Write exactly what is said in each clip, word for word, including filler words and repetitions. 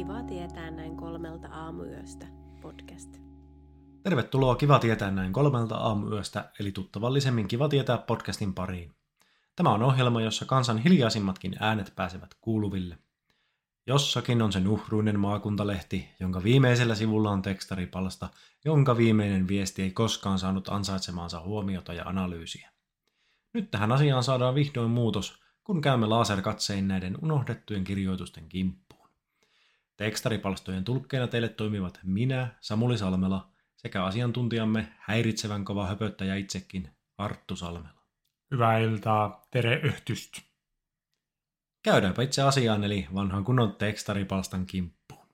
Kiva tietää näin kolmelta aamuyöstä podcast. Tervetuloa Kiva tietää näin kolmelta aamuyöstä, eli tuttavallisemmin Kiva tietää podcastin pariin. Tämä on ohjelma, jossa kansan hiljaisimmatkin äänet pääsevät kuuluville. Jossakin on se nuhruinen maakuntalehti, jonka viimeisellä sivulla on tekstaripalsta, jonka viimeinen viesti ei koskaan saanut ansaitsemaansa huomiota ja analyysiä. Nyt tähän asiaan saadaan vihdoin muutos, kun käymme laserkatsein näiden unohdettujen kirjoitusten kimppuun. Tekstaripalstojen tulkkeina teille toimivat minä, Samuli Salmela, sekä asiantuntijamme häiritsevän kova höpöttäjä itsekin, Arttu Salmela. Hyvää iltaa, Tere Öhtyst. Käydäänpä itse asiaan, eli vanhan kunnon tekstaripalstan kimppuun.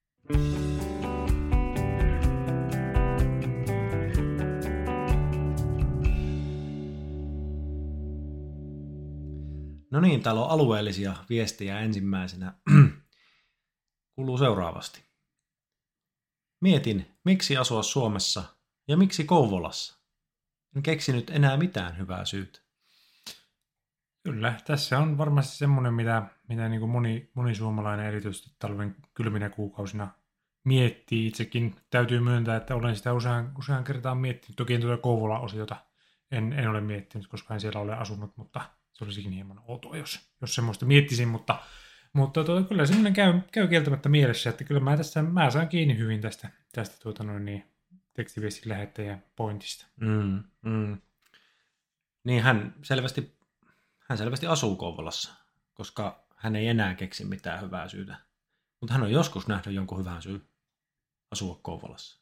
No niin, täällä on alueellisia viestejä ensimmäisenä. Kuuluu seuraavasti. Mietin, miksi asua Suomessa ja miksi Kouvolassa. En keksinyt enää mitään hyvää syytä. Kyllä, tässä on varmasti semmoinen, mitä, mitä niin kuin moni, moni suomalainen erityisesti talven kylminä kuukausina miettii. Itsekin täytyy myöntää, että olen sitä usean, usean kertaan miettinyt. Toki tuota Kouvola-osiota en, en ole miettinyt, koska en siellä ole asunut, mutta se olisikin hieman outoa, jos, jos semmoista miettisin. Mutta, mutta tuota, kyllä semmoinen käy, käy kieltämättä mielessä, että kyllä mä, tässä, mä saan kiinni hyvin tästä, tästä tuota noin niin, tekstiviestin lähettäjän pointista. Mm, mm. Niin hän selvästi... Hän selvästi asuu Kouvolassa, koska hän ei enää keksi mitään hyvää syytä. Mutta hän on joskus nähnyt jonkun hyvän syyn asua Kouvolassa.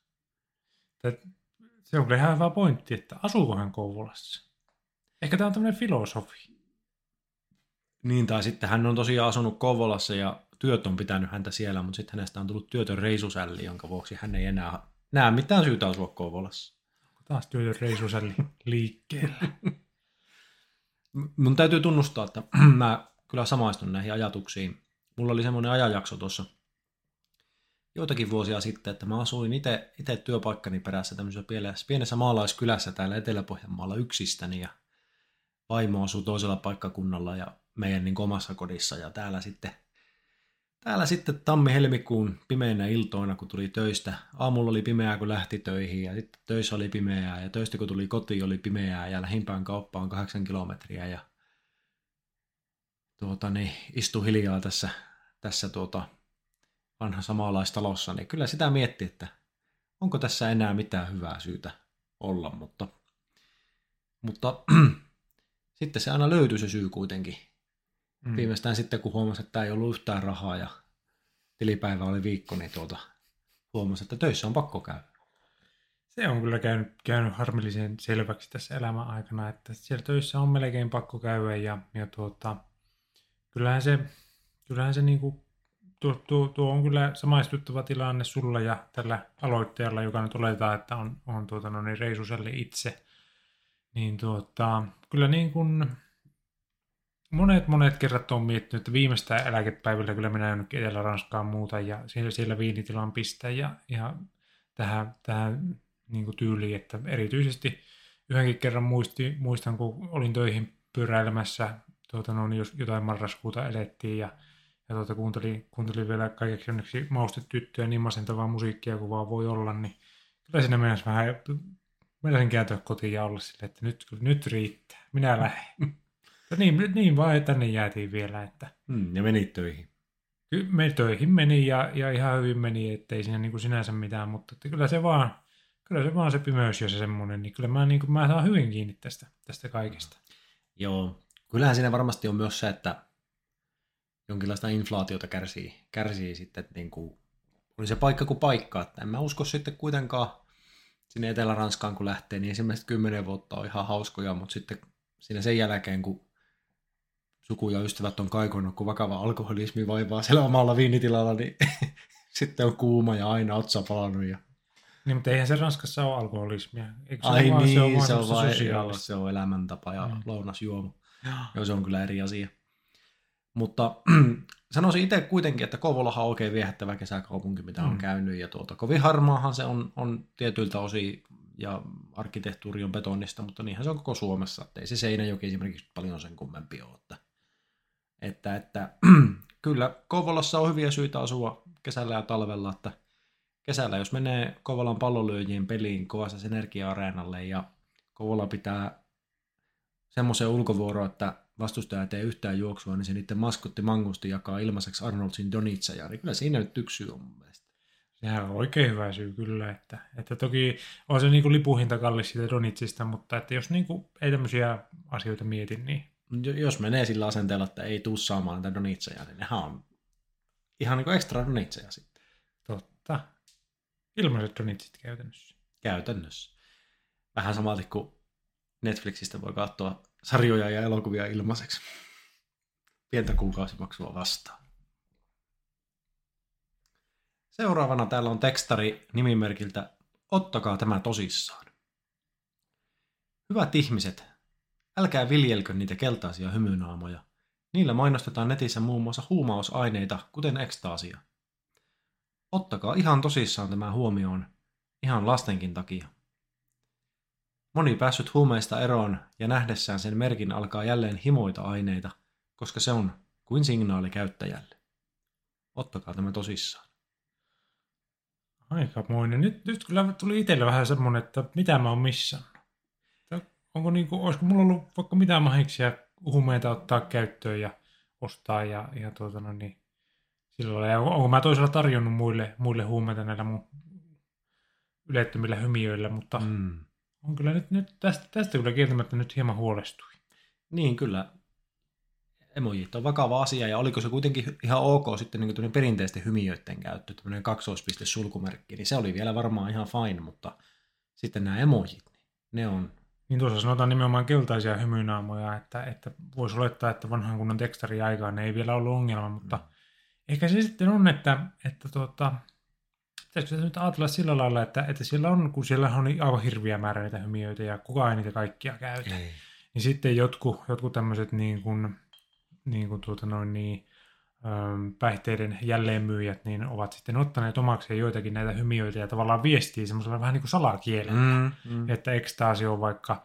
Se on kyllä ihan hyvä pointti, että asuuko hän Kouvolassa? Ehkä tämä on tämmöinen filosofi. Niin, tai sitten hän on tosiaan asunut Kouvolassa ja työt on pitänyt häntä siellä, mutta sitten hänestä on tullut työtön reisusälli, jonka vuoksi hän ei enää näe mitään syytä asua Kouvolassa. Taas työtön reisusälli liikkeellä. Mun täytyy tunnustaa, että mä kyllä samaistun näihin ajatuksiin. Mulla oli semmoinen ajanjakso tuossa joitakin vuosia sitten, että mä asuin itse, itse työpaikkani perässä tämmöisessä pienessä, pienessä maalaiskylässä täällä Etelä-Pohjanmaalla yksistäni ja vaimo asui toisella paikkakunnalla ja meidän niin omassa kodissa ja täällä sitten, täällä sitten tammi-helmikuun pimeinä iltoina, kun tuli töistä. Aamulla oli pimeää, kun lähti töihin ja sitten töissä oli pimeää ja töistä, kun tuli kotiin, oli pimeää ja lähimpään kauppaan kahdeksan kilometriä ja tuota, niin, istui hiljaa tässä, tässä tuota, vanhassa maalaistalossa, niin kyllä sitä mietti, että onko tässä enää mitään hyvää syytä olla, mutta, mutta sitten se aina löytyi se syy kuitenkin. Mm. Viimeistään sitten, kun huomasi, että ei ollut yhtään rahaa ja tilipäivä oli viikko, niin tuota, huomasi, että töissä on pakko käydä. Se on kyllä käynyt, käynyt harmillisen selväksi tässä elämän aikana, että siellä töissä on melkein pakko käydä ja, ja tuota, kyllähän se, kyllähän se niinku, tuo, tuo, tuo on kyllä samaistuttava tilanne sulla ja tällä aloitteella, joka nyt oletaan, että on, on tuota, no niin, reisuselle itse. Niin tuota, kyllä niin kuin monet monet kerrat on miettinyt, että viimeistään eläkepäivillä kyllä minä jonnekin Etelä-Ranskaan muuta ja siellä, siellä viinitilan pistää ja, ja tähän, tähän niin kuin tyyliin, että erityisesti yhdenkin kerran muisti, muistan, kun olin töihin pyöräilemässä, tuota, no, jos jotain marraskuuta elettiin ja, ja tuota, kuuntelin, kuuntelin vielä kaikeksi onneksi maustetyttöä niin masentavaa musiikkia kuin vaan voi olla, niin kyllä siinä mennessä vähän mennäisin kääntyä kotiin ja olla silleen, että nyt, nyt riittää, minä lähden. Niin, niin vaan tänne jäätiin vielä. Että mm, ja menit töihin. Me töihin meni ja, ja ihan hyvin meni, ettei siinä niin kuin sinänsä mitään, mutta että kyllä se vaan, kyllä se vaan se pimeys ja se semmoinen, niin kyllä mä, niin kuin, mä saan hyvin kiinni tästä, tästä kaikesta. Joo, kyllähän siinä varmasti on myös se, että jonkinlaista inflaatiota kärsii, kärsii sitten, että niin kuin, oli se paikka kuin paikka, että en mä usko sitten kuitenkaan sinne Etelä-Ranskaan kun lähtee, niin ensimmäiset kymmenen vuotta on ihan hauskoja, mutta sitten siinä sen jälkeen, kun suku ja ystävät on kaikonnut, kun vakava alkoholismi vaivaa siellä omalla viinitilalla, niin sitten on kuuma ja aina otsa palannut. Ja... Niin, mutta eihän se Ranskassa ole alkoholismia. Eikö se Ai vaan, niin, se on, se on, vain, se on elämäntapa ja mm. lounasjuoma. Joo, se on kyllä eri asia. Mutta sanoisin itse kuitenkin, että Kouvolahan on oikein viehättävä kesäkaupunki, mitä on mm. käynyt. Ja tuota, kovin harmaahan se on, on tietyiltä osin ja arkkitehtuuri on betonista, mutta niinhän se on koko Suomessa. Että ei se Seinäjoki esimerkiksi paljon sen kummempi ole. Että, että, että kyllä Kouvolassa on hyviä syitä asua. kesällä ja talvella, että kesällä jos menee Kouvolan pallonlyöjien peliin kovassa Energia-areenalle ja Kouvola pitää semmoisen ulkovuoroa, että vastustaja ei tee yhtään juoksua, niin se niiden maskotti Mangusti jakaa ilmaiseksi Arnoldsin Donitseja, niin kyllä siinä nyt yksi syy on mun mielestä. Sehän on oikein hyvä syy kyllä, että, että toki on se niin kuin lipuhinta kallis siitä Donitsista, mutta että jos niin kuin ei tämmöisiä asioita mieti, niin... Jos menee sillä asenteella, että ei tuu saamaan niitä Donitseja, niin nehän on ihan niin kuin ekstra Donitseja sitten. Totta. Ilmaiset Donitsit käytännössä. Käytännössä. Vähän samalti kuin Netflixistä voi katsoa sarjoja ja elokuvia ilmaiseksi. Pientä kuukausimaksua vastaan. Seuraavana täällä on tekstari nimimerkiltä Ottakaa tämä tosissaan. Hyvät ihmiset, älkää viljelkö niitä keltaisia hymynaamoja. Niillä mainostetaan netissä muun muassa huumausaineita, kuten ekstaasia. Ottakaa ihan tosissaan tämä huomioon, ihan lastenkin takia. Moni päässyt huumeista eroon ja nähdessään sen merkin alkaa jälleen himoita aineita, koska se on kuin signaali käyttäjälle. Ottakaa tämä tosissaan. Aikamoinen. Nyt, nyt kyllä tuli itselle vähän semmoinen, että mitä mä oon missannut. Onko niinku, olisiko mulla ollut vaikka mitään mahiksia huumeita ottaa käyttöön ja ostaa ja, ja tuota no niin, sillä lailla. Ja onko mä toisella tarjonnut muille, muille huumeita näillä mun ylettömillä hymiöillä, mutta mm. on kyllä nyt, nyt tästä, tästä kyllä kieltämättä nyt hieman huolestui. Niin kyllä. Emojit on vakava asia, ja oliko se kuitenkin ihan ok sitten niin perinteisten hymiöiden käyttö, tämmöinen kaksoispiste sulkumerkki, niin se oli vielä varmaan ihan fine, mutta sitten nämä emojit, ne on... Niin tuossa sanotaan nimenomaan keltaisia hymynaamoja, että, että voisi olettaa, että vanhan kunnon tekstariaikaan ei vielä ollut ongelma, mutta mm. ehkä se sitten on, että, että tuota, pitäisikö se nyt ajatella sillä lailla, että, että siellä on, kun siellä on aivan hirviä määrä niitä hymiöitä ja kukaan ei niitä kaikkia käytä, ei. Niin sitten jotkut, jotkut tämmöiset niin kuin, niin kuin tuota noin niin, päihteiden jälleenmyyjät niin ovat sitten ottaneet omakseen joitakin näitä hymiöitä ja tavallaan viestii semmoisella vähän niin kuin salakielellä, mm, mm. että ekstaasi on vaikka,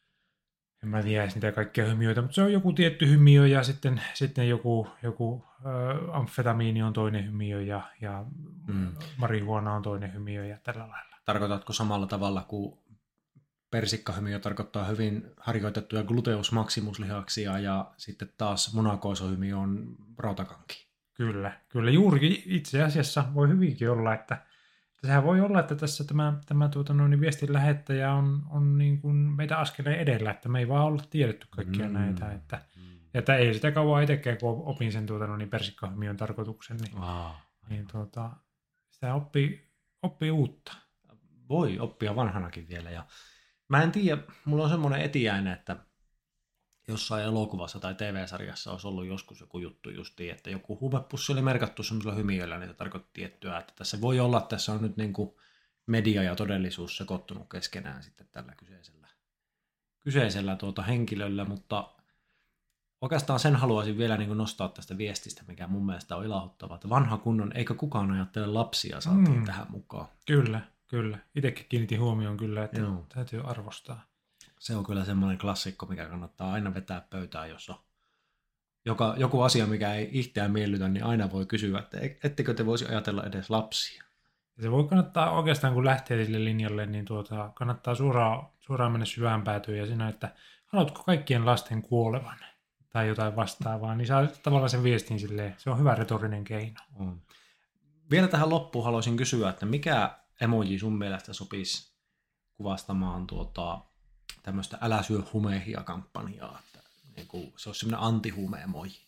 en mä tiedä niitä kaikkia hymiöitä, mutta se on joku tietty hymiö ja sitten, sitten joku, joku äh, amfetamiini on toinen hymiö ja, ja mm. marihuona on toinen hymiö ja tällä lailla. Tarkoitatko samalla tavalla kuin persikkahymiö tarkoittaa hyvin harjoitettuja gluteus maximuslihaksia ja sitten taas munakoisohymiö on rautakanki. Kyllä, kyllä juurikin itse asiassa voi hyvinkin olla, että, että sehän voi olla, että tässä tämä, tämä tuota, noin, viestin lähettäjä on, on niin kuin meitä askeleen edellä, että me ei vaan olla tiedetty kaikkia mm. näitä, että, mm. että ei sitä kauan itsekään, kun opin sen tuota, noin, persikkahymiön tarkoituksen, niin, wow. niin tuota, sitä oppii, oppii uutta. Voi oppia vanhanakin vielä ja mä en tiedä, mulla on semmoinen etiäinen, että jossain elokuvassa tai T V-sarjassa olisi ollut joskus joku juttu justiin, että joku huumepussi oli merkattu semmoisella hymiöllä, niin se tarkoitti tiettyä, että tässä voi olla, että tässä on nyt niin kuin media ja todellisuus sekoittunut keskenään sitten tällä kyseisellä, kyseisellä tuota henkilöllä, mutta oikeastaan sen haluaisin vielä niin kuin nostaa tästä viestistä, mikä mun mielestä on ilahduttava, että vanha kunnon, eikä kukaan ajattele lapsia saatiin mm. tähän mukaan. Kyllä. Kyllä, itsekin kiinnitin huomioon kyllä, että Joo. täytyy arvostaa. Se on kyllä semmoinen klassikko, mikä kannattaa aina vetää pöytään, jos on joka, joku asia, mikä ei itseään miellytä, niin aina voi kysyä, että ettekö te voisi ajatella edes lapsia. Ja se voi kannattaa oikeastaan, kun lähtee sille linjalle, niin tuota, kannattaa suoraan, suoraan mennä syvään päätyyn ja siinä, että haluatko kaikkien lasten kuolevan tai jotain vastaavaa, niin saa tavallaan sen viestin silleen, se on hyvä retorinen keino. Mm. Vielä tähän loppuun haluaisin kysyä, että mikä emoji sun mielestä sopisi kuvastamaan tuota, tämmöistä älä syö humehia-kampanjaa, että niin kuin, se olisi semmoinen anti-hume-emoji.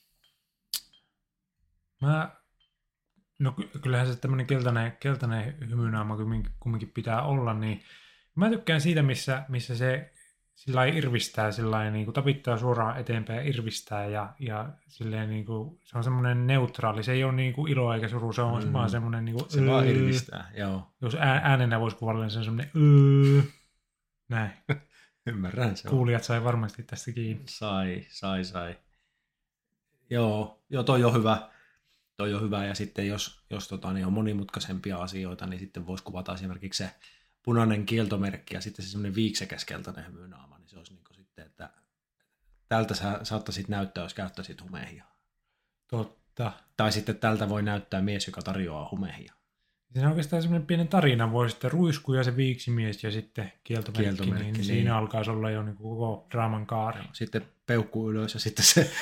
Mä, no kyllähän se tämmöinen keltainen, keltainen hymynaama kumminkin pitää olla, niin mä tykkään siitä, missä, missä se sillä irvistää, sillä niin kuin tapittaa suoraan eteenpäin ja irvistää ja, ja silleen niin kuin, se on semmoinen neutraali, se ei ole niin kuin ilo eikä suru, se on mm. vaan semmoinen niin kuin, se vaan irvistää, joo. Jos äänenä voisi kuvalla, niin se on semmoinen öö, näin. Ymmärrän se. Kuulijat sai varmasti tästä kiinni. Sai, sai, sai. Joo, joo toi on hyvä. Toi on hyvä ja sitten jos, jos tota, niin on monimutkaisempia asioita, niin sitten voisi kuvata esimerkiksi se punainen kieltomerkki ja sitten se semmoinen viiksekäs keltainen hymynaama, niin se olisi niin kuin sitten, että tältä sä saattaisit näyttää, jos käyttäisit humehia. Totta. Totta. Tai sitten tältä voi näyttää mies, joka tarjoaa humehia. Siinä on oikeastaan semmoinen pienen tarina, voi sitten ruisku ja se viiksimies ja sitten kieltomerkki, Kieltomerkki, niin, niin. siinä alkaisi olla jo niin kuin koko draaman kaari. Sitten peukku ylös ja sitten se...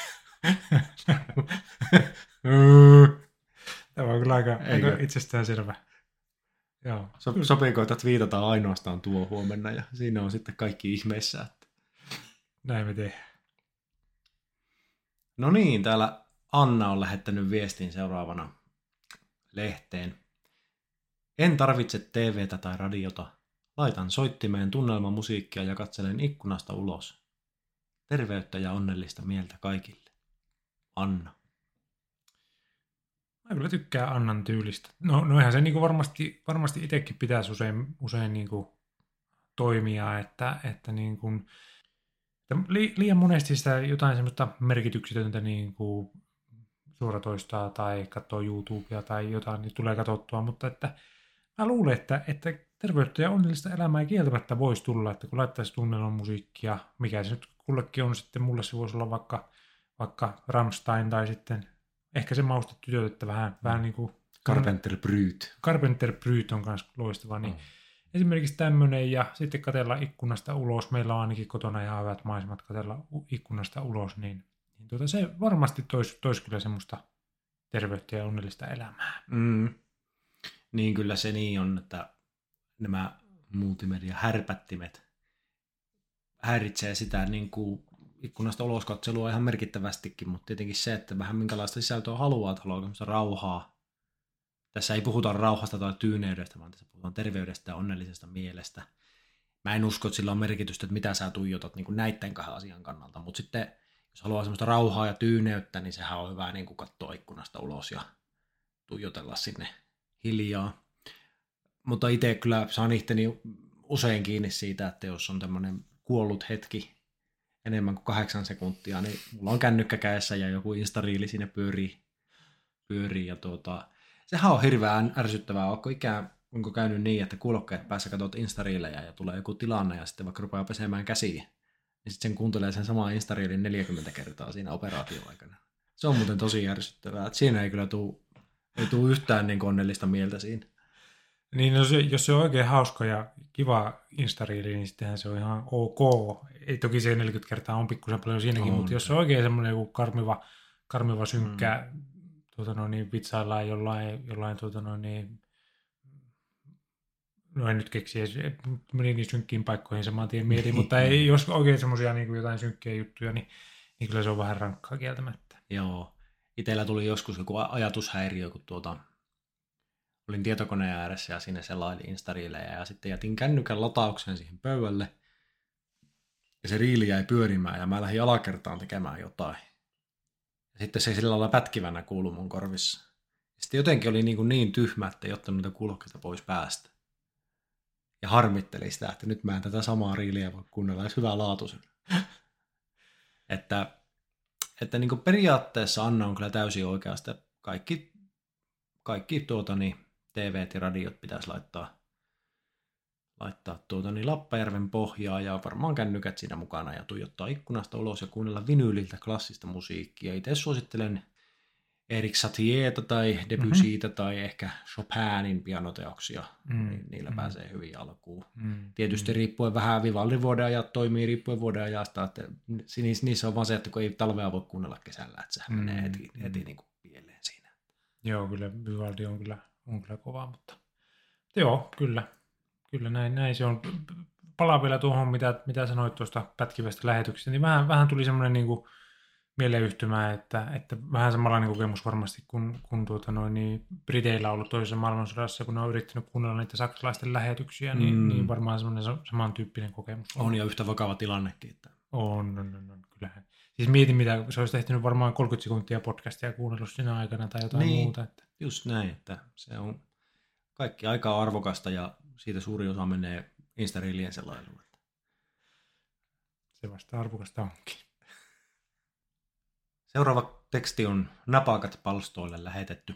Tämä on kyllä aika, aika itsestäänselvä. Joo. So, sopiiko, että viitataan ainoastaan tuo huomenna ja siinä on sitten kaikki ihmeissä. Että... Näin me tehdään. No niin, täällä Anna on lähettänyt viestin seuraavana lehteen. En tarvitse T V:tä tai radiota. Laitan soittimeen tunnelmamusiikkia ja katselen ikkunasta ulos. Terveyttä ja onnellista mieltä kaikille. Anna. Mä kyllä tykkään Annan tyylistä. No, no eihän se niinku varmasti, varmasti itsekin pitäisi usein, usein niinku toimia, että, että, niinku, että li, liian monesti sitä jotain semmoista merkityksetöntä niinku suoratoistaa tai katsoo YouTubea tai jotain, niin tulee katsottua, mutta että mä luulen, että, että terveyttä ja onnellista elämää kieltämättä voisi tulla, että kun laittaisi tunnelman musiikkia, mikä se nyt kullekin on sitten, mulle se voisi olla vaikka, vaikka Rammstein tai sitten ehkä se maustettu tytöt, että vähän, mm. vähän niin kuin... Carpenter Brut. Carpenter Brut on myös loistava, niin mm. esimerkiksi tämmöinen ja sitten katsella ikkunasta ulos, meillä on ainakin kotona ihan hyvät maisemat katsella ikkunasta ulos, niin, niin tuota, se varmasti toisi tois kyllä semmoista terveyttä ja onnellista elämää. Mm. Niin kyllä se niin on, että nämä multimedia-härpättimet häiritsee sitä niin kuin ikkunasta uloskatselua ihan merkittävästikin, mutta tietenkin se, että vähän minkälaista sisältöä haluaa, että haluaa rauhaa. Tässä ei puhuta rauhasta tai tyyneydestä, vaan tässä puhutaan terveydestä ja onnellisesta mielestä. Mä en usko, että sillä on merkitystä, että mitä sä tuijotat niin kuin näiden kahden asian kannalta, mutta sitten jos haluaa semmoista rauhaa ja tyyneyttä, niin sehän on hyvä niin kuin katsoa ikkunasta ulos ja tuijotella sinne hiljaa. Mutta itse kyllä saan itteni usein kiinni siitä, että jos on tämmöinen kuollut hetki enemmän kuin kahdeksan sekuntia, niin mulla on kännykkä kädessä ja joku instariili siinä pyörii. pyörii ja tuota, sehän on hirveän ärsyttävää. Onko ikään, onko käynyt niin, että kuulokkeet päässä katsot instariilejä ja tulee joku tilanne ja sitten vaikka rupeaa pesemään käsiä, niin sitten sen kuuntelee sen saman instariilin neljäkymmentä kertaa siinä operaatio-aikana. Se on muuten tosi ärsyttävää. Että siinä ei kyllä tule, ei tule yhtään niin onnellista mieltä siinä. Niin, jos, jos se on oikein hauska ja kiva instariili, niin sittenhän se on ihan ok. Ei toki se neljäkymmentä kertaa on pikkusen paljon siinäkin, on, mutta jos se on oikein semmoinen joku karmiva, karmiva synkkä, mm. tuota noin, niin vitsaillaan jollain, jollain tuota noin, niin, no en nyt keksiä, meni niin synkkiin paikkoihin saman tien mietin, mutta ei, jos oikein semmoisia niin kuin jotain synkkiä juttuja, niin, niin kyllä se on vähän rankkaa kieltämättä. Joo. Itellä tuli joskus joku ajatushäiriö, kun tuota... olin tietokoneen ääressä ja sinne selailin instariilejä ja sitten jätin kännykän latauksen siihen pöydälle. Ja se riili jäi pyörimään ja mä lähdin alakertaan tekemään jotain. Ja sitten se sillä lailla pätkivänä kuului mun korvissa. Ja sitten jotenkin oli niin, kuin niin tyhmä, että ei ottanut niitä kuulokkeita pois päästä. Ja harmitteli sitä, että nyt mä en tätä samaa riiliä voi kuunnella edes hyvää laatuisena. että että niin kuin periaatteessa Anna on kyllä täysin oikeasta. Kaikki, kaikki tuota niin, T V:t ja radiot pitäisi laittaa, laittaa tuota, niin Lappajärven pohjaa ja varmaan kännykät siinä mukana ja tuijottaa ikkunasta ulos ja kuunnella vinyyliltä klassista musiikkia. Itse suosittelen Erik Satietä tai Debussytä mm-hmm. tai ehkä Chopinin pianoteoksia. Mm-hmm. Ni- niillä mm-hmm. pääsee hyvin alkuun. Mm-hmm. Tietysti riippuen vähän Vivaldin vuodenajat toimii riippuen vuodenajasta. Että niissä on vaan se, että kun ei talvea voi kuunnella kesällä, että sehän mm-hmm. menee heti, heti niin kuin pieleen siinä. Joo, kyllä Vivaldi on kyllä on kyllä kova, mutta joo, kyllä, kyllä näin, näin se on. Palaan vielä tuohon, mitä, mitä sanoit tuosta pätkivästä lähetyksestä, niin vähän, vähän tuli semmoinen niin kuin mieleyhtymä, että, että vähän samanlainen kokemus varmasti, kun, kun tuota noin, niin Briteillä on ollut toisessa maailmansodassa, kun ne on yrittänyt kuunnella niitä saksalaisten lähetyksiä, niin, mm. niin varmaan semmoinen samantyyppinen kokemus on. On ja yhtä vakava tilannekin. Että... On, on, on, on, kyllähän. Siis mietin, mitä se olisi tehty varmaan kolmekymmentä sekuntia podcastia kuunnellut siinä aikana tai jotain niin, muuta. Että... just näin, että se on kaikki aika arvokasta ja siitä suuri osa menee instariilien selailuun. Se vasta arvokasta onkin. Seuraava teksti on Napakat palstoille lähetetty.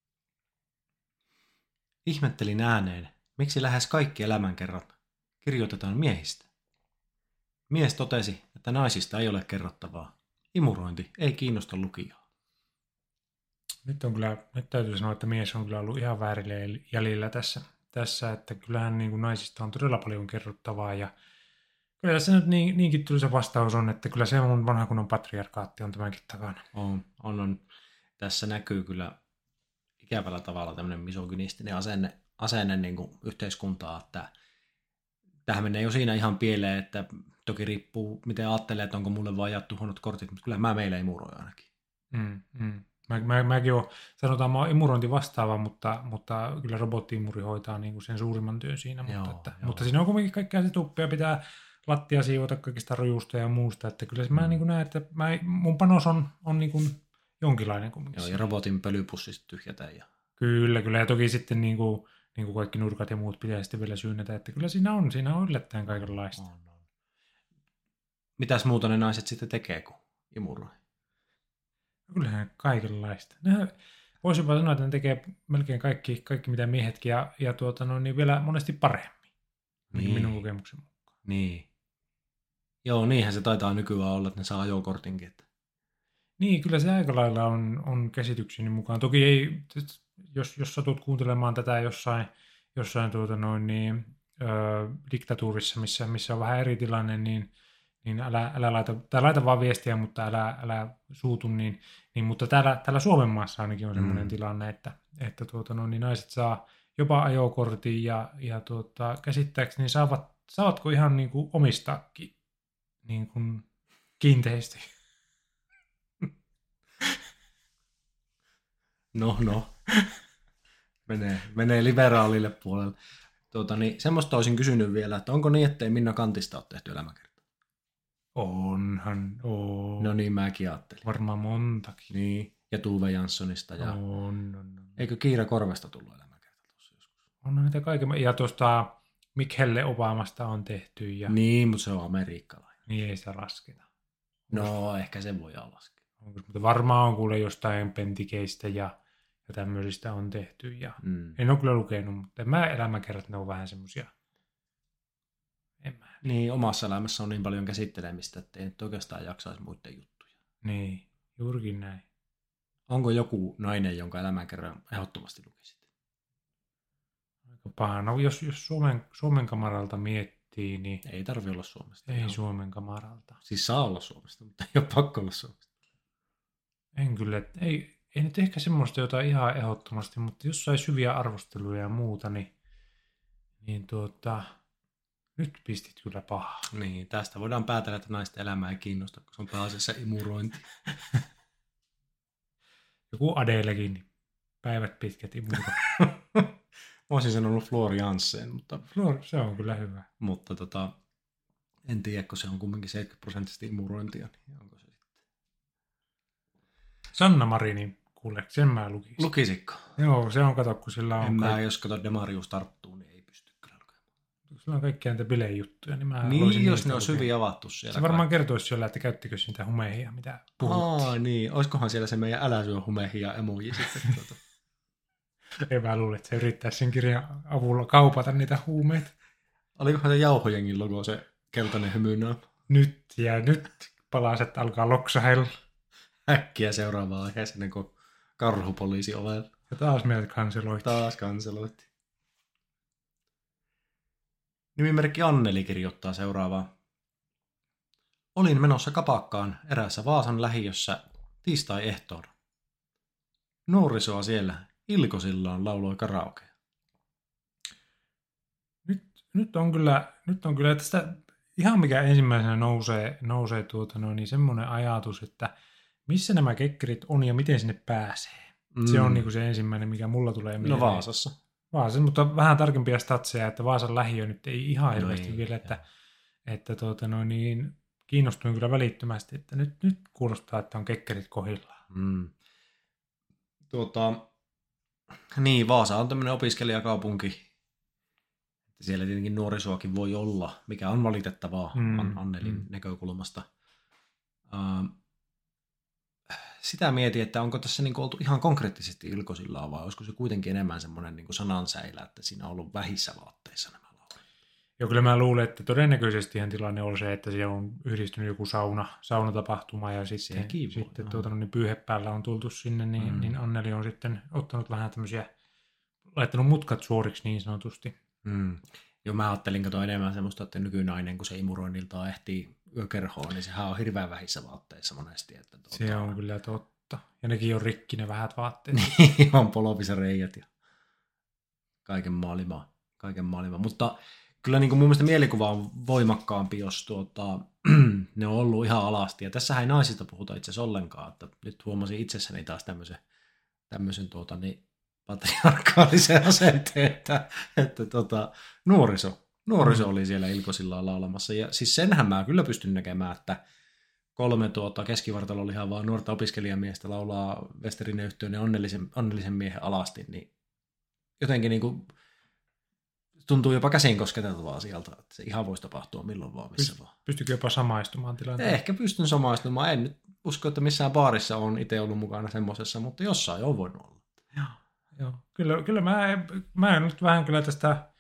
Ihmettelin ääneen, miksi lähes kaikki elämänkerrat kirjoitetaan miehistä. Mies totesi, että naisista ei ole kerrottavaa. Imurointi ei kiinnosta lukijaa. Nyt, on kyllä, nyt täytyy sanoa, että mies on kyllä ollut ihan väärille jäljillä tässä, tässä että kyllähän niin kuin naisista on todella paljon kerrottavaa ja kyllä tässä nyt niin, niinkin tuli se vastaus on, että kyllä se mun vanha kunnon patriarkaatti on tämänkin takana. On, on, on. Tässä näkyy kyllä ikävällä tavalla tämmöinen misogynistinen asenne, asenne niin kuin yhteiskuntaa, että tähän menee jo siinä ihan pieleen, että toki riippuu miten ajattelee, että onko mulle vaan jaettu huonot kortit, mutta kyllä mä meillä imuroin ainakin. Mm, mm. Mä, mä, mäkin olen, sanotaan, mä oon imurointi vastaava, mutta, mutta kyllä robotti-imuri hoitaa niin kuin sen suurimman työn siinä. Mutta, Joo, että, joo. mutta siinä on kuitenkin kaikkea se tuppia, pitää lattia siivota kaikista rojusta ja muusta. Että kyllä mm. mä niin kuin näen, että mä, mun panos on, on niin kuin jonkinlainen kumminkin. Joo, ja robotin pölypussista tyhjätä. Ja... Kyllä, kyllä. Ja toki sitten niin kuin, niin kuin kaikki nurkat ja muut pitää sitten vielä syynnetä. Että kyllä siinä on, siinä on yllättäen kaikenlaista. On, on. Mitäs muuta ne naiset sitten tekee kuin imuroi? Kyllähän kaikenlaista. Nehän, voisi jopa sanoa, että ne tekee melkein kaikki, kaikki mitä miehetkin ja, ja tuota, no, niin vielä monesti paremmin. Niin. Minun kokemuksen mukaan. Niin. Joo, niinhän se taitaa nykyään olla, että ne saa ajokortinkin. Että... Niin, kyllä se aika lailla on, on käsitykseni mukaan. Toki ei, jos, jos satut kuuntelemaan tätä jossain, jossain tuota, noin, niin, ö, diktatuurissa, missä, missä on vähän eri tilanne, niin niin älä, älä laita, tai laita vaan viestiä, mutta älä, älä suutu, niin, niin mutta täällä, täällä Suomen maassa ainakin on sellainen mm. tilanne, että, että tuota, no, niin naiset saa jopa ajokortin ja, ja tuota, käsittääkseni saavat, saavatko ihan niin kuin omistaakin niin kuin kiinteästi. No, no. menee, menee liberaalille puolelle. Tuota, niin, semmoista olisin kysynyt vielä, että onko niin, ettei Minna Kantista ole tehty elämäkertaa? Onhan, on. No niin, mäkin ajattelin. Varmaan montakin. Niin, ja Tuve Janssonista. Ja... On, on, on. Eikö Kiira Korvesta tullut elämäkerta tuossa joskus? On niitä kaiken. Ja tuosta Michelle Obamasta on tehty. Ja... Niin, mutta se on amerikkalainen. Niin ei sitä lasketa. No, ehkä se voi laskea. Mutta varmaan on kuule jostain pentikeistä ja, ja tämmöisistä on tehty. Ja... Mm. En ole kyllä lukenut, mutta mä elämäkerrat, ne on vähän semmosia. En mä. Niin, omassa elämässä on niin paljon käsittelemistä, että ei nyt oikeastaan jaksaisi muiden juttuja. Niin, juurikin näin. Onko joku nainen, jonka elämäkerran ehdottomasti lukisit? Aika paha. No jos, jos Suomen, Suomen kamaralta miettii, niin... Ei tarvitse olla Suomesta. Ei Suomen kamaralta. Siis saa olla Suomesta, mutta ei ole pakko olla Suomesta. En kyllä. Ei, ei nyt ehkä semmoista jotain ihan ehdottomasti, mutta jos sai syviä arvosteluja ja muuta, niin, niin tuota... Nyt pistit kyllä pahaa. Niin, tästä voidaan päätellä, että naisten elämä ei kiinnosta, kun se on pääasiassa imurointi. Joku Adelekin, niin päivät pitkät imurointi. Mä olisin sanonut Floor Janssen, mutta... Floor, se on kyllä hyvä. Mutta tota, en tiedä, kun se on kumminkin seitsemänkymmentä prosenttisesti imurointia, niin onko se sitten... Sanna Marinin, kuule, sen mä lukisin. Lukisitko? Joo, se on, kato, kun sillä on... En mä, kaikki... jos kato Demarius tarttuu, niin ei pysty kyllä lukemaan. Sillä on kaikkia näitä bilejuttuja, niin mä niin, jos ne on hyvin avattu siellä. Se varmaan kertoisi siellä, että käyttikö niitä humehia, mitä puhuttiin. Aa, niin. Olisikohan siellä se meidän älä syö humehia emoji sitten tuota. Ei mä luule, että se yrittää sen kirjan avulla kaupata niitä huumeita. Olikohan se Jauhojengin logo, se keltainen hymynaama? Nyt ja nyt palaset alkaa loksahella. Äkkiä seuraavaan aiheeseen, ennen kuin karhupoliisi ovella. Ja taas meidät kanseloitiin. Taas kanseloitiin. Nimimerkki Anneli kirjoittaa seuraavaa. Olin menossa kapakkaan eräässä Vaasan lähiössä tiistai-ehtoona. Nuorisoa siellä ilkosillaan lauloi karaokea. Nyt, nyt on kyllä, nyt on kyllä tästä ihan mikä ensimmäisenä nousee, nousee tuota no, niin semmoinen ajatus, että missä nämä kekkerit on ja miten sinne pääsee. Mm. Se on niin kuin se ensimmäinen, mikä mulla tulee mieleen. No Vaasassa. Vaasassa, mutta vähän tarkempia statseja, että Vaasan lähiö nyt ei ihan hirveästi no vielä, että, että tuota no, niin, kiinnostuin kyllä välittömästi, että nyt, nyt kuulostaa, että on kekkerit kohdillaan. Mm. Tuota, niin, Vaasa on tämmöinen opiskelijakaupunki. Siellä tietenkin nuorisoakin voi olla, mikä on valitettavaa mm. Annelin mm. näkökulmasta. Uh, sitä mietin, että onko tässä niinku oltu ihan konkreettisesti ilkosillaan vai olisiko se kuitenkin enemmän semmoinen niinku sanansäilä, että siinä on ollut vähissä vaatteissa nämä laulut. Ja kyllä mä luulen, että todennäköisestihän tilanne on se, että siellä on yhdistynyt joku sauna, saunatapahtuma ja sitten, Sekin voi, sitten joo. tuota, niin pyyhepäällä on tultu sinne, niin, Mm. niin Anneli on sitten ottanut vähän tämmöisiä, laittanut mutkat suoriksi niin sanotusti. Mm. Joo, mä ajattelin kato enemmän semmoista, että nykynainen, kun se imuroinniltaan ehtii yökerhoon, niin sehän on hirveän vähissä vaatteissa monesti. Että tuota... Se on kyllä totta. Ja nekin on rikki ne vähät vaatteet. Niin, on polovissa reijät ja kaiken maailmaa. Kaiken maailmaa. Mutta kyllä niin kuin mun mielestä mielikuva on voimakkaampi, jos tuota, ne on ollut ihan alasti. Ja tässähän ei naisista puhuta itse asiassa ollenkaan. Että nyt huomasin itsessäni taas tämmöisen, tämmöisen tuota, niin, patriarkaalisen asenteen, että, että tota, nuoriso, nuoriso mm. oli siellä ilkosillaan laulamassa. Ja siis senhän mä kyllä pystyn näkemään, että kolme tuota, keskivartalolihavaa nuorta opiskelijamiestä laulaa Westerinen yhtiön onnellisen, onnellisen miehen alasti, niin jotenkin niin kuin tuntuu jopa käsin kosketeltavaa sieltä, että se ihan voisi tapahtua milloin vaan, missä Pyst- vaan. Pystykö jopa samaistumaan tilanteen? Ehkä pystyn samaistumaan. En nyt usko, että missään baarissa on itse ollut mukana semmoisessa, mutta jossain on voinut olla. Joo, joo. Kyllä, kyllä mä, mä en nyt vähän kyllä tästä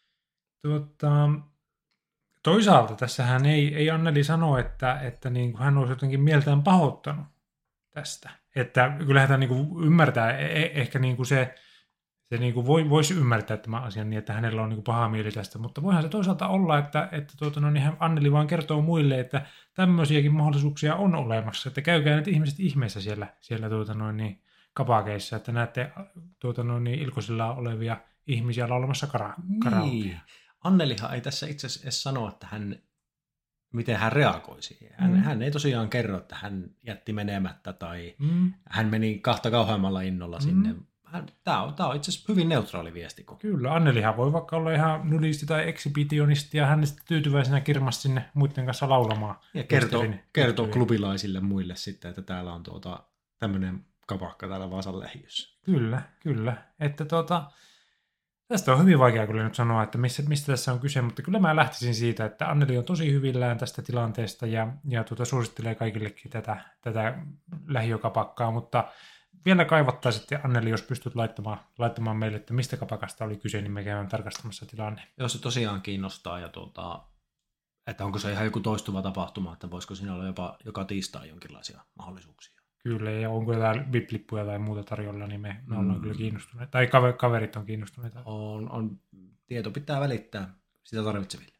tuota, toisaalta tässähän ei, ei Anneli sano, että, että niin kuin hän olisi jotenkin mieltään pahoittanut tästä. Että kyllähän hän niin kuin ymmärtää, e- ehkä niin kuin se, se niin kuin voi, voisi ymmärtää tämän asian niin, että hänellä on niin kuin paha mieli tästä, mutta voihan se toisaalta olla, että, että tuota, no, niin Anneli vaan kertoo muille, että tämmöisiäkin mahdollisuuksia on olemassa, että käykää nyt ihmiset ihmeessä siellä, siellä tuota, noin, niin, kapakeissa, että näette tuota, noin, niin, ilkoisilla olevia ihmisiä laulamassa kara- karaokea. Niin. Annelihan ei tässä itse asiassa edes sano, että hän, miten hän reagoi siihen. Hän, mm. hän ei tosiaan kerro, että hän jätti menemättä tai mm. hän meni kahta kauheammalla innolla mm. sinne. Tämä on, tämä on itse asiassa hyvin neutraali viesti. Kun... Kyllä, Annelihan voi vaikka olla ihan nudisti tai ekshibitionisti ja hän sitten tyytyväisenä kirmasi sinne muiden kanssa laulamaan. Ja kertoo, kertoo klubilaisille muille sitten, että täällä on tuota, tämmöinen kapakka täällä Vaasan lähiössä. Kyllä, kyllä. Että tuota, tästä on hyvin vaikea kyllä nyt sanoa, että missä, mistä tässä on kyse, mutta kyllä mä lähtisin siitä, että Anneli on tosi hyvillään tästä tilanteesta ja, ja tuota, suosittelee kaikillekin tätä, tätä lähiökapakkaa, mutta vielä kaivattaisiin, että Anneli, jos pystyt laittamaan, laittamaan meille, että mistä kapakasta oli kyse, niin me käydään tarkastamassa tilanne. Jos se tosiaan kiinnostaa ja tuota, että onko se ihan joku toistuva tapahtuma, että voisiko siinä olla jopa joka tiistai jonkinlaisia mahdollisuuksia. Kyllä, ja onko jotain V I P-lippuja tai muuta tarjolla, niin me, me ollaan mm. kyllä kiinnostuneita. Tai kaverit on kiinnostuneita. On, on, tieto pitää välittää sitä tarvitseville.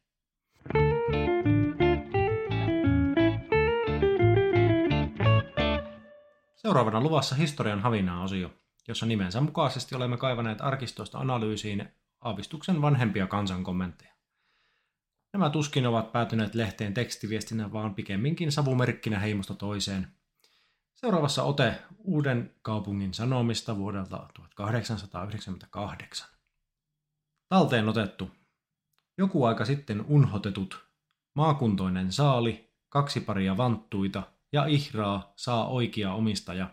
Seuraavana luvassa historian havinaa-osio, jossa nimensä mukaisesti olemme kaivaneet arkistoista analyysiin aavistuksen vanhempia kansankommentteja. Nämä tuskin ovat päätyneet lehteen tekstiviestinä, vaan pikemminkin savumerkkinä heimosta toiseen. Seuraavassa ote Uuden kaupungin sanomista vuodelta tuhatkahdeksansataayhdeksänkymmentäkahdeksan. Talteen otettu. Joku aika sitten unhotetut. Maakuntoinen saali, kaksi paria vanttuita ja ihraa saa oikea omistaja.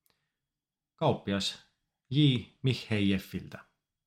Kauppias J. Mikhejeffiltä.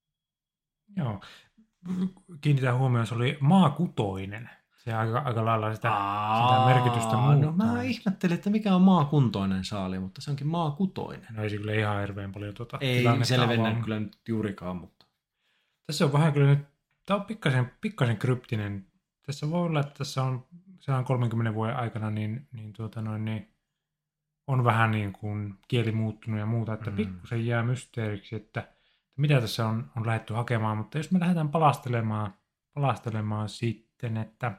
Joo. Kiinnitän huomioon, se oli maakutoinen. Se aika, aika lailla sitä, sitä merkitystä muuttaa. No mä ihmettelin, että mikä on maakuntoinen saali, mutta se onkin maakutoinen. No ei se kyllä ihan hirveän paljon tuota ei selvennä kyllä nyt juurikaan, mutta... Tässä on vähän kyllä nyt, tämä on pikkasen, pikkasen kryptinen. Tässä voi olla, että tässä on sehän kolmenkymmenen vuoden aikana niin, niin, tuota noin, niin on vähän niin kuin kieli muuttunut ja muuta, että mm. pikkusen jää mysteeriksi, että, että mitä tässä on, on lähdetty hakemaan, mutta jos me lähdetään palastelemaan, palastelemaan sitten, että,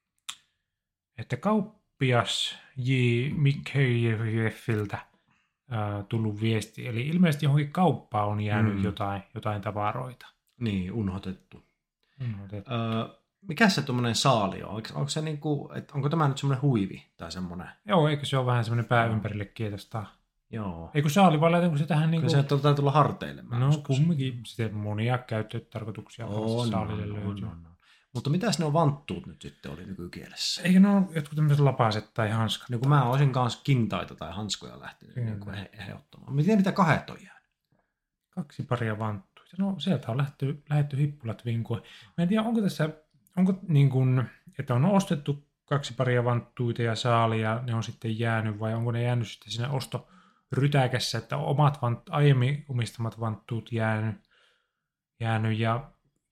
että kauppias J. Mikhejeffiltä tullut viesti, eli ilmeisesti johonkin kauppaan on jäänyt mm. jotain, jotain tavaroita. Niin, unhotettu. unhotettu. Öö, mikä se tuommoinen saali on? Onko, onko, se niinku, et, onko tämä nyt semmoinen huivi tai semmoinen? Joo, eikö se ole vähän semmoinen pää ympärille kietosta? Joo. Eikö saali vai laitanko se tähän niinku... Kyllä se taitaa tulla harteille. No kumminkin sitten monia käyttötarkoituksia on, saalille on, löytyy. On, on, on. Mutta mitäs ne on vanttuut nyt sitten oli nykykielessä? Eikö ne ole jotkut tämmöiset lapaset tai hanskat? No kun mä olisin kanssa kintaita tai hanskoja lähtenyt niin he, he ottamaan. Miten niitä kahdet on jäänyt? Kaksi paria vanttuita. No sieltä on lähdetty, lähdetty hippulat vinkuun. Mä en tiedä, onko tässä, onko niin kuin, että on ostettu kaksi paria vanttuita ja saalia, ne on sitten jäänyt, vai onko ne jäänyt sitten siinä ostorytäkässä, että omat vant, aiemmin omistamat vanttuut jäänyt, jäänyt ja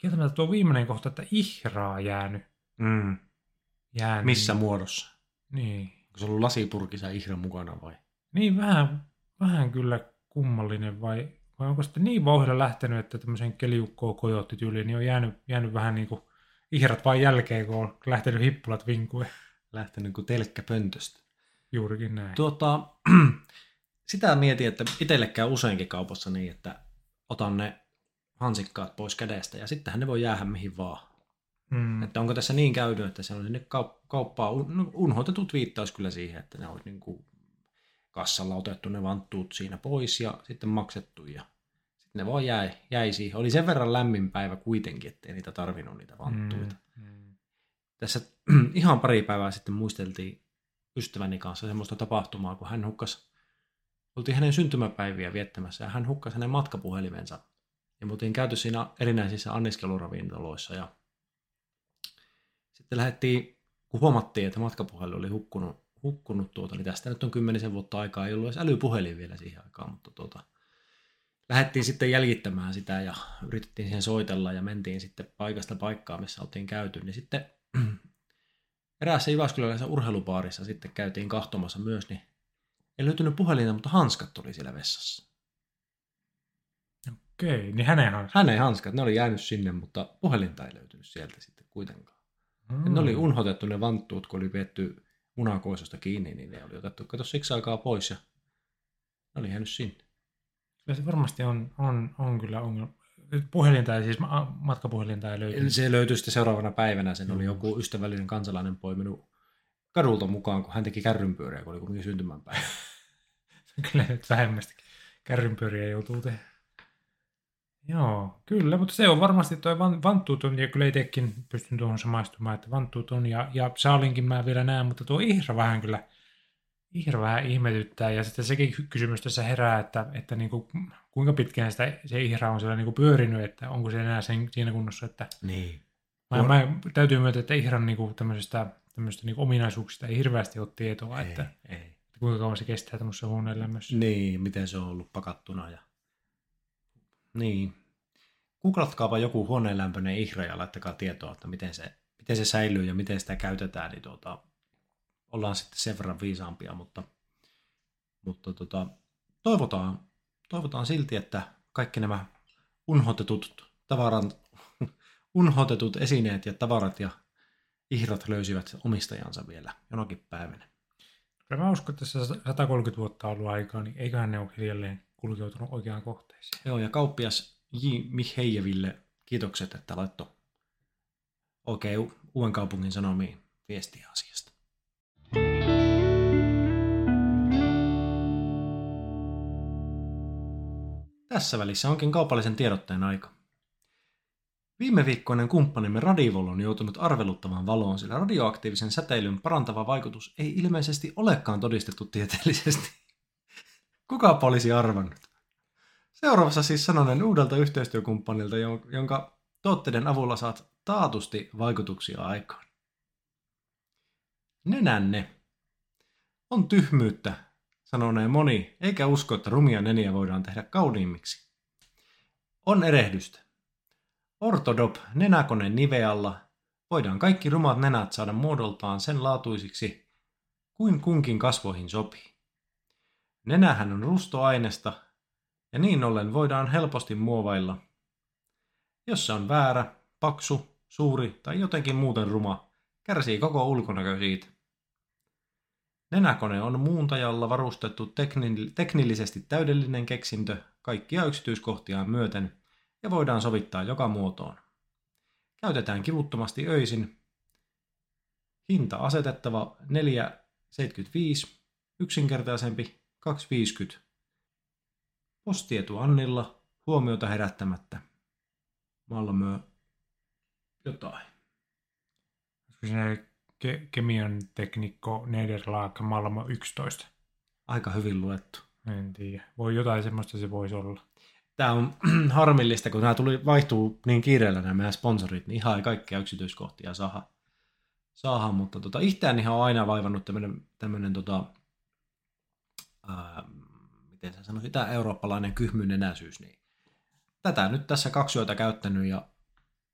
kieltämättä tuo viimeinen kohta, että ihraa jäänyt. Mm. jäänyt. Missä muodossa? Niin. Onko se ollut lasipurkissa ihra mukana vai? Niin, vähän, vähän kyllä kummallinen vai, vai onko sitten niin vauhdilla lähtenyt, että tämmöisen keliukkoon kojottityyliin, niin on jäänyt, jäänyt vähän niin kuin ihrat vain jälkeen, kun on lähtenyt hippulat vinkuun. Lähtenyt kuin telkkä pöntöstä. Juurikin näin. Tuota, sitä mietin, että itselle käy useinkin kaupassa niin, että otan ne hansikkaat pois kädestä ja sittenhän ne voi jäädä mihin vaan. Mm. Että onko tässä niin käynyt, että se on sinne kauppaan unhoitetut viittaus kyllä siihen, että ne olisi niin kuin kassalla otettu ne vanttuut siinä pois ja sitten maksettu ja sitten ne vaan jäi, jäi siihen. Oli sen verran lämmin päivä kuitenkin, ettei niitä tarvinnut niitä vanttuita. Mm. Mm. Tässä ihan pari päivää sitten muisteltiin ystäväni kanssa semmoista tapahtumaa, kun hän hukkasi, oltiin hänen syntymäpäiviä viettämässä ja hän hukkasi hänen matkapuhelimensa. Ja me oltiin käyty siinä erinäisissä anniskeluravintoloissa ja sitten lähdettiin, kun huomattiin, että matkapuhelu oli hukkunut, hukkunut tuota, niin tästä nyt on kymmenisen vuotta aikaa, ei ollut edes älypuhelin vielä siihen aikaan, mutta tuota, lähdettiin sitten jäljittämään sitä ja yritettiin siihen soitella ja mentiin sitten paikasta paikkaa, missä oltiin käyty, niin sitten eräässä jyväskyläläisessä urheilupaarissa sitten käytiin kahtomassa myös, niin ei löytynyt puhelinta, mutta hanskat oli siellä vessassa. Okei, niin hänen hanskat. Hänen hanskat, ne oli jäänyt sinne, mutta puhelinta ei löytynyt sieltä sitten kuitenkaan. Mm. Ne oli unhotettu ne vanttuut, kun oli vietty munakoisosta kiinni, niin ne oli otettu, kato siksi aikaa pois ja ne oli jäänyt sinne. Kyllä se varmasti on, on, on kyllä ongelma. Puhelinta ei siis, matkapuhelinta ei löytynyt. Se löytyi sitten seuraavana päivänä, sen mm. oli joku ystävällinen kansalainen poiminut kadulta mukaan, kun hän teki kärrynpyöriä, kun oli kuitenkin syntymänpäivä. Kyllä nyt vähemmästikin kärrynpyöriä joutuu tehdä. Joo, kyllä, mutta se on varmasti tuo vanttuut on, ja kyllä itsekin pystyn tuohon samaistumaan, että vanttuut on, ja, ja saalinkin mä vielä näen, mutta tuo ihra vähän kyllä, ihra vähän ihmetyttää, ja sitten sekin kysymys tässä herää, että, että niin kuin, kuinka pitkään sitä, se ihra on siellä niin kuin pyörinyt, että onko se enää sen, siinä kunnossa, että niin. Mä, mä täytyy myöntää, että ihran niin kuin tämmöisistä, tämmöisistä niin kuin ominaisuuksista ei hirveästi ole tietoa, ei, että, ei. että kuinka kauan se kestää tämmöisessä huoneen lämmössä. Niin, miten se on ollut pakattuna ja niin. Googlatkaapa joku huoneenlämpöinen ihra ja laittakaa tietoa, että miten se, miten se säilyy ja miten sitä käytetään, niin tuota, ollaan sitten sen verran viisaampia, mutta, mutta tuota, toivotaan, toivotaan silti, että kaikki nämä unhotetut, tavaran, unhotetut esineet ja tavarat ja ihrat löysivät omistajansa vielä jonakin päivänä. Kyllä mä uskon, että tässä sata kolmekymmentä vuotta on ollut aikaa, niin eiköhän ne ole hiljalleen kulkeutunut oikeaan kohteeseen. Joo, ja kauppias J. Miheijeville kiitokset, että laittoi oikein Uuden kaupungin sanomiin viestiä asiasta. Tässä välissä onkin kaupallisen tiedotteen aika. Viime viikkoinen kumppanimme Radivol on joutunut arveluttamaan valoon, sillä radioaktiivisen säteilyn parantava vaikutus ei ilmeisesti olekaan todistettu tieteellisesti. Kukapa olisi arvannut? Seuraavassa siis sanonen uudelta yhteistyökumppanilta, jonka tuotteiden avulla saat taatusti vaikutuksia aikaan. Nenänne. On tyhmyyttä, sanonee moni, eikä usko, että rumia neniä voidaan tehdä kauniimmiksi. On erehdystä. Ortodop nenäkoneen nivealla voidaan kaikki rumat nenät saada muodoltaan sen laatuisiksi kuin kunkin kasvoihin sopii. Nenähän on rustoainesta ja niin ollen voidaan helposti muovailla. Jos se on väärä, paksu, suuri tai jotenkin muuten ruma, kärsii koko ulkonäkö siitä. Nenäkone on muuntajalla varustettu tekni- teknillisesti täydellinen keksintö kaikkia yksityiskohtiaan myöten ja voidaan sovittaa joka muotoon. Käytetään kivuttomasti öisin. Hinta asetettava neljä pilkku seitsemänkymmentäviisi, yksinkertaisempi kaksi pilkku viisikymmentä. Postietu Annilla, huomiota herättämättä. Malmö jotain. Olisiko siinä ke- kemian teknikko Nederlag Malmö yksitoista? Aika hyvin luettu. En tiedä. Voi jotain semmoista se voisi olla. Tämä on harmillista, kun nämä tuli, vaihtuu niin kiireellä nämä meidän sponsorit, niin ihan ei kaikkia yksityiskohtia saada. saada mutta tota, itseänihan on aina vaivannut tämmöinen, tämmöinen tota, ää, miten sä sanoisit, tämä eurooppalainen kyhmynenäisyys. Niin tätä nyt tässä kaksi yötä käyttänyt ja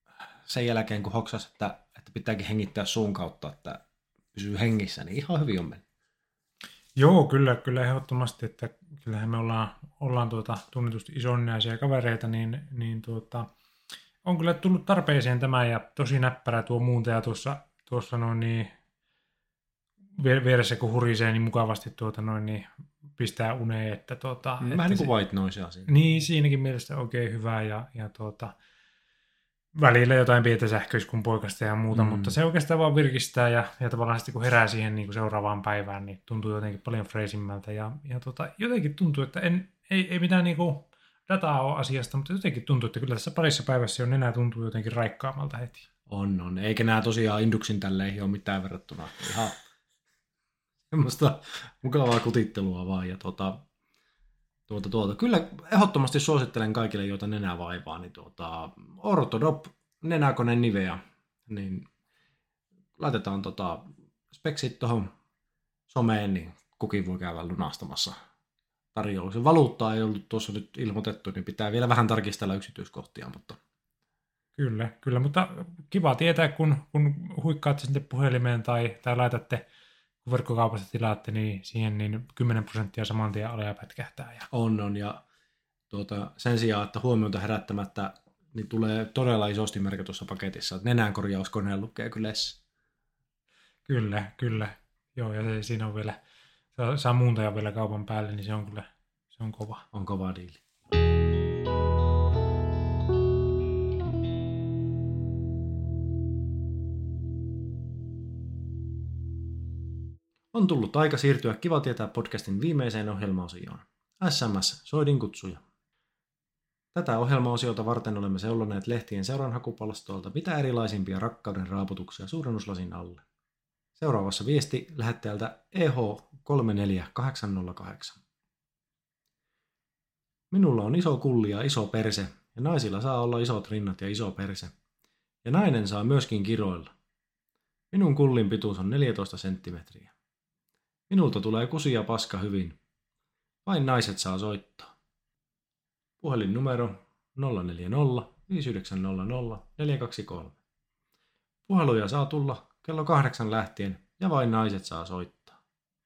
sen jälkeen, kun hoksas, että, että pitääkin hengittää suun kautta, että pysyy hengissä, niin ihan hyvin on mennyt. Joo, kyllä, kyllä ehdottomasti, että kyllähän me ollaan, ollaan tuota, tunnetusti isonnäisiä kavereita, niin, niin tuota, on kyllä tullut tarpeeseen tämä ja tosi näppärä tuo muuntaja tuossa, tuossa noin niin, vieressä kun hurisee niin mukavasti tuota noin niin pistää uneen, että tuota, Vähän että niin kuin se, white noisea siinä. niin siinäkin mielessä oikein hyvää ja, ja tuota, välillä jotain pientä sähköiskun poikasta ja muuta, mm. mutta se oikeastaan vaan virkistää ja, ja tavallaan sitten kun herää siihen niin kuin seuraavaan päivään, niin tuntuu jotenkin paljon freesimmältä ja, ja tota, jotenkin tuntuu, että en, ei, ei mitään niin kuin dataa ole asiasta, mutta jotenkin tuntuu, että kyllä tässä parissa päivässä on enää tuntuu jotenkin raikkaammalta heti. On, on. Eikä nämä tosiaan induksin tälleen ole mitään verrattuna. Ihan semmoista mukavaa kutittelua vaan. Ja tuota, tuota, tuota. Kyllä ehdottomasti suosittelen kaikille, joita nenä vaivaa, niin tuota, Orthodop nenäkone Nivea, niin laitetaan tota speksit tuohon someen, niin kukin voi käydä lunastamassa tarjouksen. Valuuttaa ei ollut tuossa nyt ilmoitettu, niin pitää vielä vähän tarkistella yksityiskohtia, mutta Kyllä, kyllä, mutta kiva tietää, kun, kun huikkaatte sitten puhelimeen tai, tai laitatte, kun verkkokaupasta tilaatte, niin siihen niin kymmenen prosenttia saman tien alea pätkähtää. Ja... On, on, ja tuota, sen sijaan, että huomiota herättämättä, niin tulee todella isosti merkki tuossa paketissa, että nenänkorjauskoneen lukee kyllä. Kyllä, kyllä. Joo, ja se, siinä on vielä, saa, saa muuntaja vielä kaupan päälle, niin se on kyllä, se on kova. On kova diili. On tullut aika siirtyä Kiva tietää podcastin viimeiseen ohjelmaosioon. S M S-soidin kutsuja. Tätä ohjelmaosiota varten olemme seuloneet lehtien seuranhakupalstoilta mitä erilaisimpia rakkauden raaputuksia suurennuslasin alle. Seuraavassa viesti lähettäjältä E H kolme neljä kahdeksan nolla kahdeksan. Minulla on iso kulli ja iso perse, ja naisilla saa olla isot rinnat ja iso perse. Ja nainen saa myöskin kiroilla. Minun kullin pituus on neljätoista senttimetriä. Minulta tulee kusi ja paska hyvin. Vain naiset saa soittaa. Puhelinnumero nolla neljä nolla viisi yhdeksän nolla nolla neljä kaksi kolme. Puheluja saa tulla kello kahdeksan lähtien ja vain naiset saa soittaa.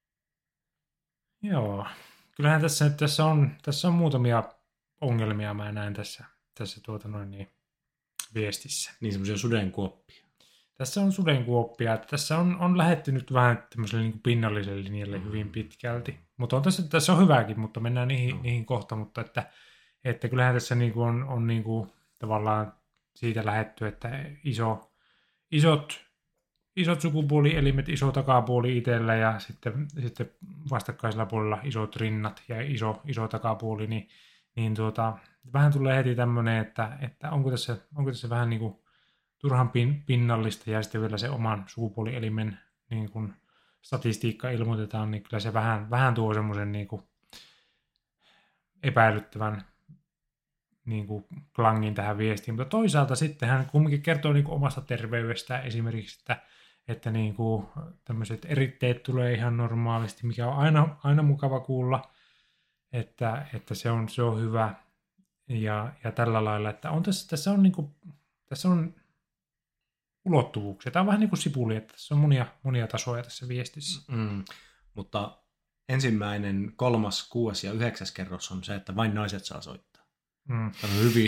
Joo, kyllähän tässä, tässä, on, tässä on muutamia ongelmia, mä näen tässä, tässä tuota noin niin, viestissä. Niin semmoisia sudenkuoppia. Tässä on sudenkuoppia, että tässä on, on lähdetty nyt vähän tämmöiselle niin kuin pinnalliselle linjalle mm. hyvin pitkälti. Mutta on tässä, tässä on hyvääkin, mutta mennään niihin, mm. niihin kohta. Mutta että, että kyllähän tässä niin kuin on, on niin kuin tavallaan siitä lähdetty, että iso, isot, isot sukupuolielimet, iso takapuoli itsellä ja sitten, sitten vastakkaisella puolella isot rinnat ja iso, iso takapuoli, niin, niin tuota, vähän tulee heti tämmöinen, että, että onko, tässä, onko tässä vähän niin kuin turhan pin, pinnallista ja sitten vielä se oman sukupuolielimen niin kun statistiikka ilmoitetaan, niin kyllä se vähän, vähän tuo semmoisen niin kuin epäilyttävän niin kuin klangin tähän viestiin. Mutta toisaalta sitten hän kumminkin kertoo niin kuin omasta terveydestään esimerkiksi, että, että niin kuin tämmöiset eritteet tulee ihan normaalisti, mikä on aina, aina mukava kuulla, että, että se, on, se on hyvä ja, ja tällä lailla, että on tässä, tässä on niin kuin, tässä on ulottuvuuksia. Tämä on vähän niin kuin sipuli, että tässä on monia, monia tasoja tässä viestissä. Mm, mutta ensimmäinen, kolmas, kuudes ja yhdeksäs kerros on se, että vain naiset saa soittaa. Mm. Hän on hyvin,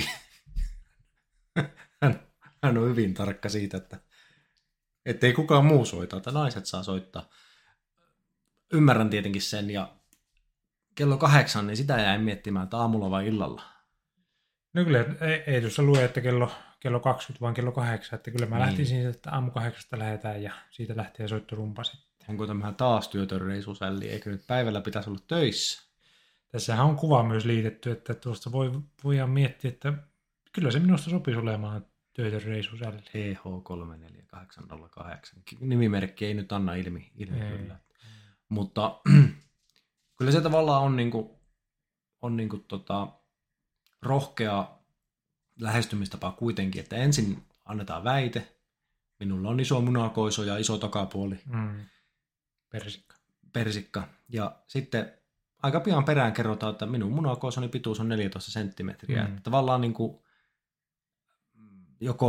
hän, hän on hyvin tarkka siitä, että ettei kukaan muu soita, että naiset saa soittaa. Ymmärrän tietenkin sen, ja kello kahdeksan, niin sitä jäin miettimään, että aamulla vai illalla. No kyllä, ei, ei tuossa lue, että kello, kello kaksikymmentä, vaan kello kahdeksan. Että kyllä mä niin. lähtin siitä, että aamu kahdeksasta lähdetään ja siitä lähtee soittorumpa sitten. Onko tämä taas työtön reissuselli? Eikö nyt päivällä pitäisi olla töissä? Tässähän on kuva myös liitetty, että tuosta voi, voidaan miettiä, että kyllä se minusta sopisi olemaan työtön reissuselli. E H kolme neljä kahdeksan nolla kahdeksan. Nimimerkki ei nyt anna ilmi, ilmi kyllä. Mutta kyllä se tavallaan on, niinku, on niinku tota, rohkea lähestymistapa kuitenkin, että ensin annetaan väite, minulla on iso munakoiso ja iso takapuoli, mm. persikka. persikka, ja sitten aika pian perään kerrotaan, että minun munakoisoni pituus on neljätoista senttimetriä. Mm. Tavallaan niin kuin joko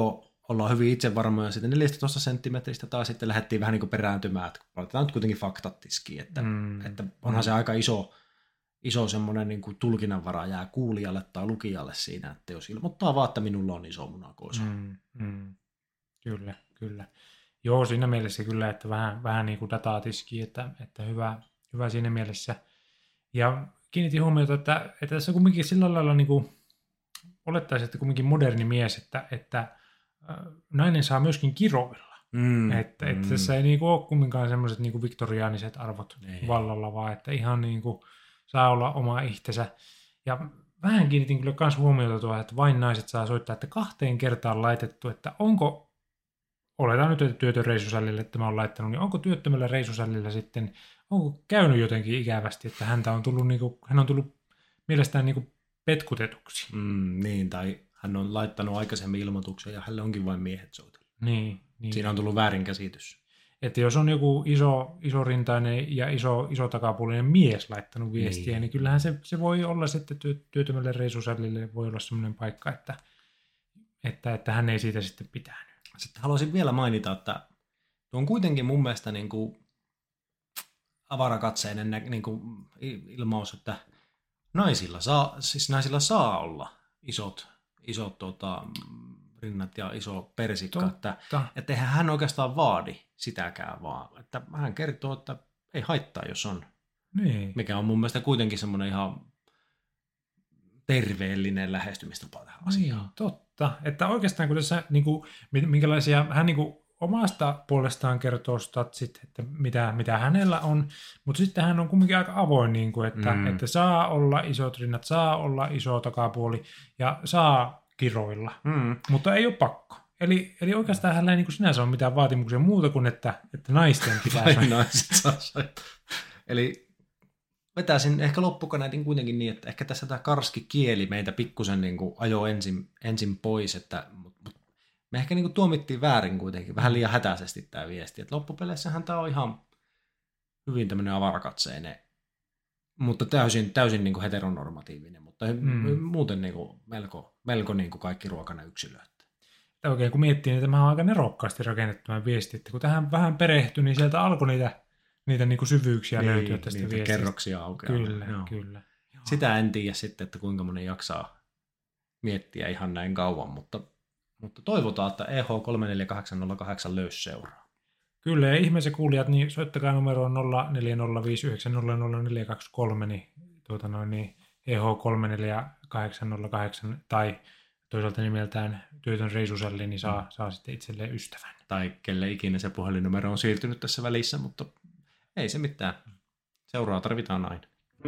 ollaan hyvin itsevarmoja siitä neljätoista senttimetristä, tai sitten lähdettiin vähän niin kuin perääntymään, että laitetaan nyt kuitenkin faktat tiskiin, että, mm. että onhan se aika iso, iso semmoinen niin kuin tulkinnanvara jää kuulijalle tai lukijalle siinä, että jos ilmoittaa vaan, että minulla on iso munakoiso. Mm, mm. Kyllä, kyllä. Joo, siinä mielessä kyllä, että vähän, vähän niin kuin dataa tiskiin, että, että hyvä, hyvä siinä mielessä. Ja kiinnitin huomiota, että, että tässä kumminkin sillä lailla niin kuin olettaisiin, että kumminkin moderni mies, että, että nainen saa myöskin kiroilla. Mm, että, mm. että tässä ei niinku ole kumminkaan semmoiset niinku viktoriaaniset arvot ei. vallalla, vaan että ihan niinku saa olla oma itsensä. Ja vähän kiinnitin kyllä myös huomiota tuohon, että vain naiset saa soittaa, että kahteen kertaan laitettu, että onko, oletaan nyt, että työtön reissusällille, että mä oon laittanut, niin onko työttömällä reissusällillä sitten, onko käynyt jotenkin ikävästi, että häntä on tullut, niinku, hän on tullut mielestään niinku petkutetuksi. Mm, niin, tai hän on laittanut aikaisemmin ilmoituksen ja hänelle onkin vain miehet soitellut. Niin, niin. Siinä on tullut väärinkäsitys. Että jos on joku iso, isorintainen ja iso, iso takapuolinen mies laittanut viestiä, niin, niin kyllähän se, se voi olla sitten työ, työttömälle reissusällille voi olla semmoinen paikka, että, että, että hän ei siitä sitten pitänyt. Sitten haluaisin vielä mainita, että tuo on kuitenkin mun mielestä niin kuin avarakatseinen niin kuin ilmaus, että naisilla saa, siis naisilla saa olla isot isot tota, rinnat ja iso persikka, että, että eihän hän oikeastaan vaadi sitäkään vaan, että hän kertoo, että ei haittaa, jos on. Niin. Mikä on mun mielestä kuitenkin semmoinen ihan terveellinen lähestymistapa tähän asiaan. Niin, totta, että oikeastaan kun tässä, niin kuin, minkälaisia, hän niin kuin omasta puolestaan kertoo statsit, että mitä, mitä hänellä on, mutta sitten hän on kuitenkin aika avoin, niin kuin, että, mm. että saa olla isot rinnat, saa olla iso takapuoli ja saa kiroilla, mm. mutta ei ole pakko. Eli, eli oikeastaan hänellä ei niin kuin sinänsä ole mitään vaatimuksia muuta kuin, että, että naisten pitää saada. Naiset saa saada. Eli vetäisin ehkä loppukaneetin kuitenkin niin, että ehkä tässä tämä karski kieli meitä pikkusen niin kuin ajoi ensin, ensin pois, että me ehkä niin kuin tuomittiin väärin kuitenkin, vähän liian hätäisesti tämä viesti. Että loppupeleissähän tämä on ihan hyvin tämmöinen avarakatseinen, mutta täysin, täysin niin kuin heteronormatiivinen, mutta mm. muuten niin kuin melko, melko niin kuin kaikki ruokana yksilö. Ja oikein kun miettii, niin tämä on aika nerokkaasti rakennettu tämä viesti, että kun tähän vähän perehtyi, niin sieltä alkoi niitä, niitä niin kuin syvyyksiä niin, löytyä tästä niitä viestistä. Kerroksia aukeaa. Kyllä, Joo. kyllä. Sitä en tiedä sitten, että kuinka moni jaksaa miettiä ihan näin kauan, mutta Mutta toivotaan, että E H kolme neljä kahdeksan nolla kahdeksan löys seuraa. Kyllä, ja ihmeessä kuulijat, niin soittakaa numeroon nolla neljä nolla viisi yhdeksän nolla nolla neljä kaksi kolme, niin, tuota noin, niin E H kolme neljä kahdeksan nolla kahdeksan tai toisaalta nimeltään työtön reissusälli, niin saa, mm. saa sitten itselleen ystävän. Tai kelle ikinä se puhelinnumero on siirtynyt tässä välissä, mutta ei se mitään. Seuraa tarvitaan aina.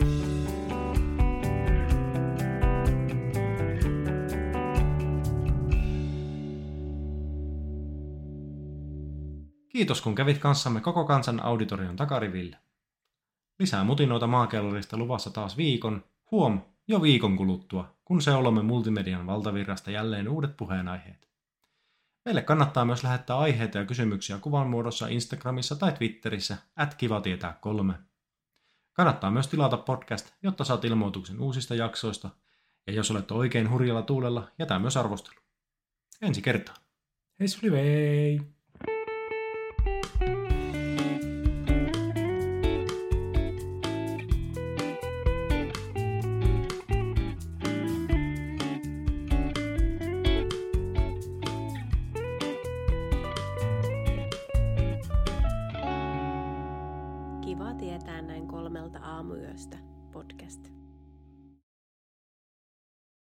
Kiitos kun kävit kanssamme koko kansan auditorion takarivillä. Lisää mutinoita maakellorista luvassa taas viikon, huom, jo viikon kuluttua, kun seulamme multimedian valtavirrasta jälleen uudet puheenaiheet. Meille kannattaa myös lähettää aiheita ja kysymyksiä kuvan muodossa Instagramissa tai Twitterissä at kiva tietää kolme. Kannattaa myös tilata podcast, jotta saat ilmoituksen uusista jaksoista, ja jos olet oikein hurjalla tuulella, jätä myös arvostelu. Ensi kertaan. Hei suli vei! Kiva tietää näin kolmelta aamuyöstä podcast.